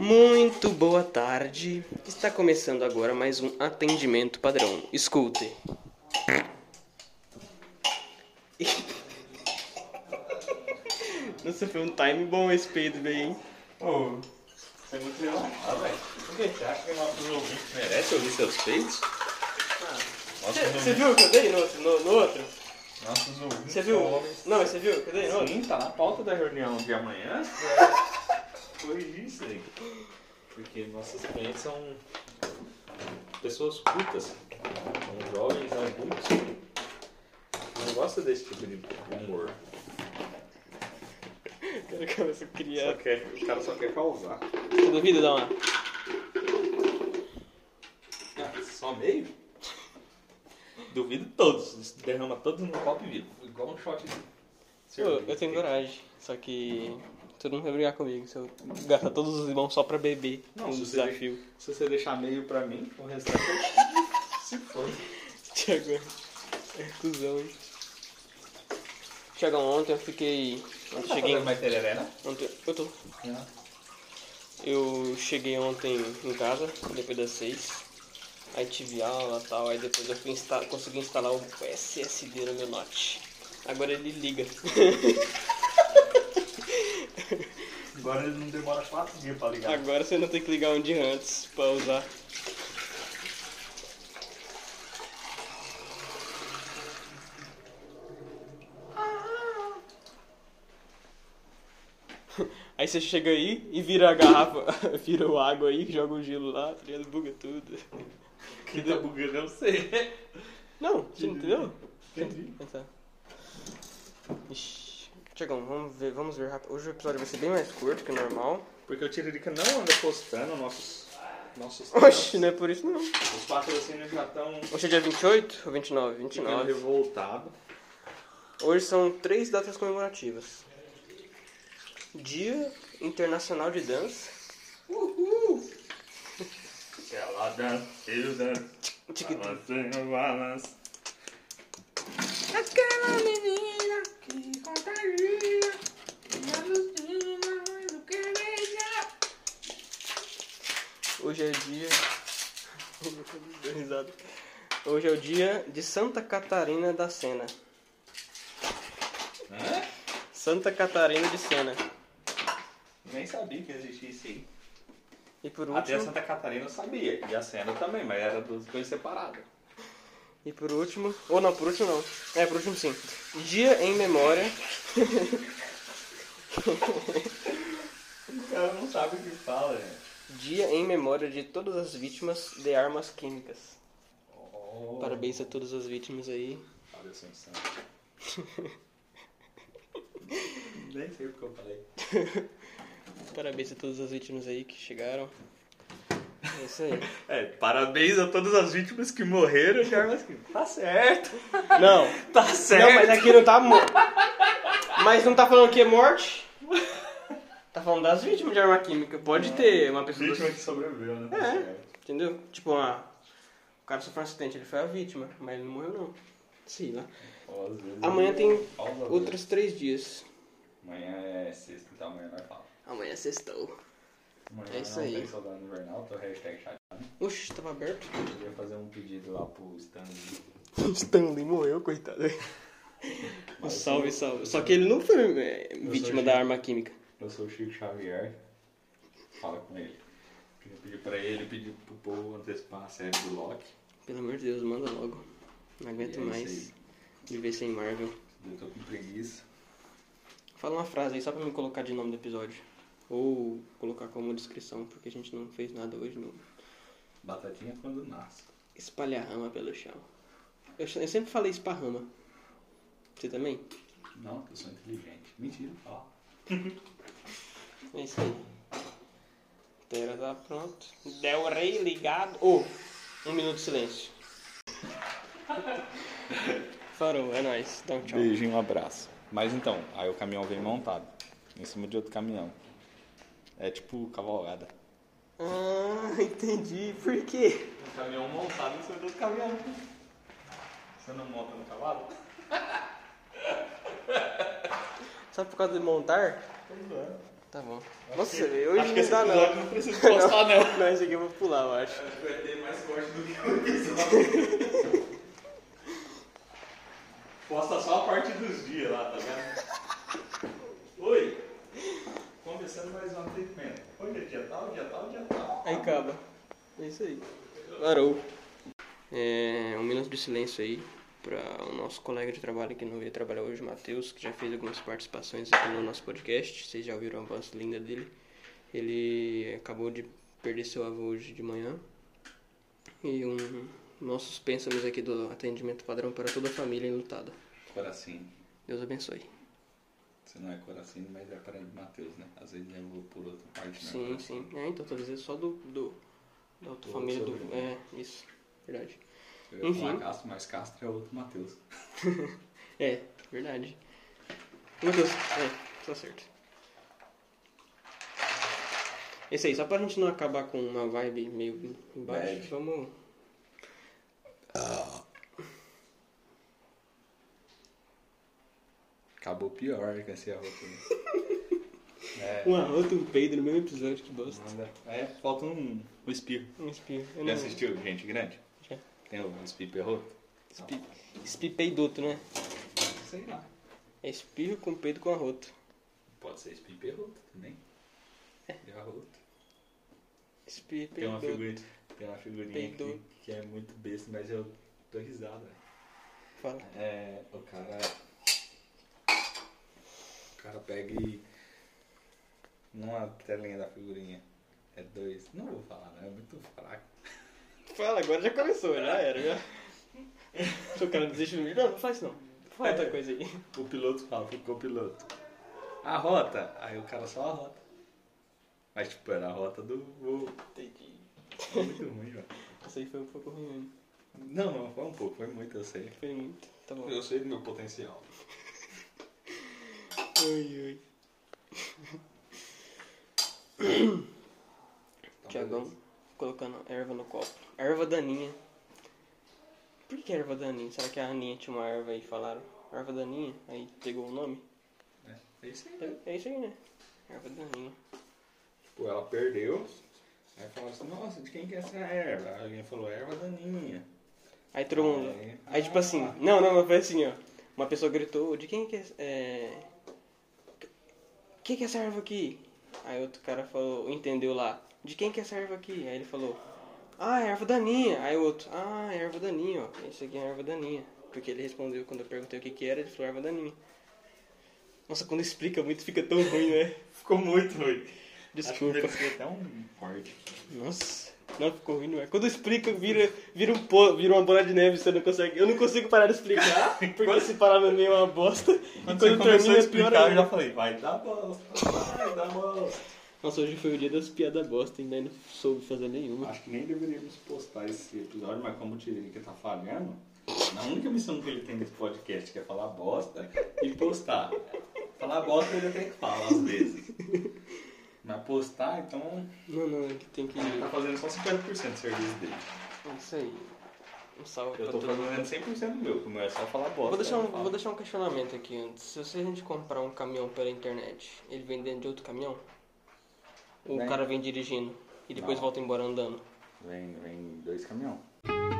Muito boa tarde. Está começando agora mais um atendimento padrão. Escute. Nossa, foi um time bom esse peido bem, hein? Ô, você é muito relaxado, velho. Por que você acha que nossos ouvintes merecem ouvir seus peitos? Você viu o que eu dei no outro? Nossos ouvintes Você viu? são homens. Não, você viu o que eu dei no outro? Sim, tá na pauta da reunião de amanhã. Corrigir isso aí. Porque nossos clientes são pessoas cultas. São jovens adultos. Não gosta desse tipo de humor. O cara começa a criar. O cara só quer causar. Você duvida, dá uma. Ah, só meio? Duvido todos. Derrama todos no copo e vira. Igual um shot de Pô, cerveja. eu tenho coragem, só que todo mundo vai brigar comigo se eu gastar todos os limões só pra beber. Não, Um se desafio. Se você deixar meio pra mim, o restante se for. Tiago, é cuzão, hein? Tiagão, ontem eu fiquei. Ontem Tá cheguei. fazendo mais tereré, né? Ontem. Eu tô. Não. Eu cheguei ontem em casa, depois das 6. Aí tive aula e tal, aí depois eu fui consegui instalar o SSD no meu Note. Agora ele liga. Agora ele não demora 4 dias pra ligar. Agora você não tem que ligar um dia antes pra usar. Aí você chega aí e vira a garrafa, vira o água aí, joga o gelo lá, tá ligado? Buga tudo. Que tá bugando é você. Não, você não entendeu? Entendi. Tá. Ixi. Tiagão, vamos ver rápido. Hoje o episódio vai ser bem mais curto que o normal. Porque o Tiririca não anda postando nossos Oxi, não é por isso não. Os patrocínios já estão Hoje é dia 28 ou 29? 29. revoltados. Hoje são 3 datas comemorativas. Dia Internacional de Dança. Uhul! Ela dança, eu danço. Tic-tic. Balança. Aquela menina que contagia. Hoje é dia. Hoje é o dia de Santa Catarina da Sena. Hã? Santa Catarina de Sena. Nem sabia que existia isso aí. E por Até a último. Santa Catarina eu sabia. E a Sena também, mas era duas coisas separadas. E por último. Ou não, por último não. É, por último sim. Dia em memória. O cara não sabe o que fala, né? Dia em memória de todas as vítimas de armas químicas. Oh. Parabéns a todas as vítimas aí. Olha só, insano. Nem sei o que eu falei. Parabéns a todas as vítimas aí que chegaram. É isso aí. Parabéns a todas as vítimas que morreram de armas químicas. Tá certo. Não, Tá certo. não, mas aqui não tá morto. Mas não tá falando que é morte? Tá falando das vítimas de arma química. Pode ter uma pessoa. Vítima que sobreviveu, né? Tá É, certo. entendeu? Tipo, o cara sofreu um acidente, ele foi a vítima, mas ele não morreu não. Sim, né? Ou às vezes Amanhã tem pausa, outros 3 dias. Amanhã é sexta, então amanhã nós falamos. Amanhã é sextou. Amanhã É isso não aí. tem soldado invernal, tô hashtag chateado. Oxi, tava aberto. Eu queria fazer um pedido lá pro Stanley. Stanley morreu, coitado. Mas Salve, eu- salve. Só que ele não foi vítima sou da Chico. arma química. Eu sou o Chico Xavier. Fala com ele. Queria pedir pra ele, pedir pro povo antecipar a série do Loki. Pelo amor de Deus, manda logo. Não aguento E é isso mais aí. viver sem Marvel. Eu tô com preguiça. Fala uma frase aí só pra me colocar de nome do episódio. Ou colocar como descrição, porque a gente não fez nada hoje no Batatinha quando nasce. espalha-rama pelo chão. Eu sempre falei esparrama. Você também? Não, eu sou inteligente. Mentira, ó. É isso aí. Inteira tá pronto. Del Rey ligado. Oh, 1 minuto de silêncio. Farou, é nóis. Então, tchau. Beijinho, um abraço. Mas então, aí o caminhão vem montado em cima de outro caminhão. É tipo cavalgada. Ah, entendi. Por quê? Um caminhão montado em cima do outro caminhão. Você não monta no cavalo? Só por causa de montar? Pois é. Tá bom. Nossa, hoje Acho que não esse dá episódio não. não precisa postar, não. Não, esse aqui eu vou pular, eu acho. Acho que vai ter mais corte do que o episódio. Posta só a parte dos dias lá, tá vendo? Oi! Começando mais um atendimento. Hoje é dia tal, dia tal, dia tal. Aí acaba. É isso aí. Parou. Um minuto de silêncio aí para o nosso colega de trabalho que não veio trabalhar hoje, o Matheus, que já fez algumas participações aqui no nosso podcast. Vocês já ouviram a voz linda dele. Ele acabou de perder seu avô hoje de manhã. E nossos pêsames aqui do atendimento padrão para toda a família enlutada. Coracinho. Deus abençoe. Você não é Coracinho, mas é parente de Matheus, né? Às vezes levou por outra parte, né? Sim, sim. Então tô dizendo só da outra família do... Isso. Verdade. Eu ia falar Castro, mas Castro é outro Matheus. Verdade. Matheus, tá certo. Esse aí, só pra gente não acabar com uma vibe meio embaixo, vamos... Acabou pior com esse arroto. Um arroto e um peido no mesmo episódio, que bosta. Falta um espirro. Um espirro. Já assistiu Gente Grande? Já. Tem o espirro e arroto? Espirro peidoto, né? Sei lá. É espirro com peido com arroto. Pode ser espirro e arroto também. E arroto. Espirro Tem uma peidoto. figurinha aqui que é muito besta, mas eu dou risada. Fala. O cara pega e... Numa telinha da figurinha. É 2. Não vou falar, não. É muito fraco. Fala, agora já começou, já era, já. Se o cara desiste do vídeo, não faz isso não. Fala outra coisa aí. O piloto fala pro copiloto. A rota. Aí o cara só a rota. Mas tipo, era a rota do voo. Entendi. Foi muito ruim, velho. Isso aí foi um pouco ruim. Não, foi um pouco. Foi muito, eu sei. Foi muito. Tá bom. Eu sei do meu potencial. Oi. Tiagão colocando erva no copo. Erva daninha. Por que erva daninha? Será que a Aninha tinha uma erva e falaram erva daninha? Aí pegou o nome? É isso aí. É isso aí, né? Erva daninha. Tipo, ela perdeu. Aí falaram assim, nossa, de quem que é essa erva? Aí alguém falou, erva daninha. Aí todo mundo... Aí tipo assim... Não, mas foi assim, ó. Uma pessoa gritou, de quem que é... que é essa erva aqui? Aí outro cara falou, entendeu lá. De quem que é essa erva aqui? Aí ele falou... é erva daninha. Aí o outro... é erva daninha, ó. Isso aqui é erva daninha. Porque ele respondeu quando eu perguntei o que era, ele falou erva daninha. Nossa, quando explica muito fica tão ruim, né? Ficou muito ruim. Desculpa. Acho que deve ser até um corte. Nossa, não ficou ruim, não é? Quando explica, vira uma bola de neve, você não consegue. Eu não consigo parar de explicar, porque se parar no meio é uma bosta. Quando você começou a é pior explicar, eu ainda. já falei, vai dar bosta. Nossa, hoje foi o dia das piadas bosta, ainda não soube fazer nenhuma. Acho que nem deveríamos postar esse episódio, mas como o Tiririca tá falhando, a única missão que ele tem nesse podcast que é falar bosta e postar. Falar bosta ele tem que falar às vezes. Mas postar, então... Não, ele tem que... Ele tá fazendo só 50% do serviço dele. É isso aí. Um salve Eu pra tô todo mundo. fazendo 100% do meu, porque o meu é só falar bosta. Vou deixar um questionamento aqui antes. Se a gente comprar um caminhão pela internet, ele vem dentro de outro caminhão? Ou o cara vem dirigindo e depois volta embora andando? Vem 2 caminhões.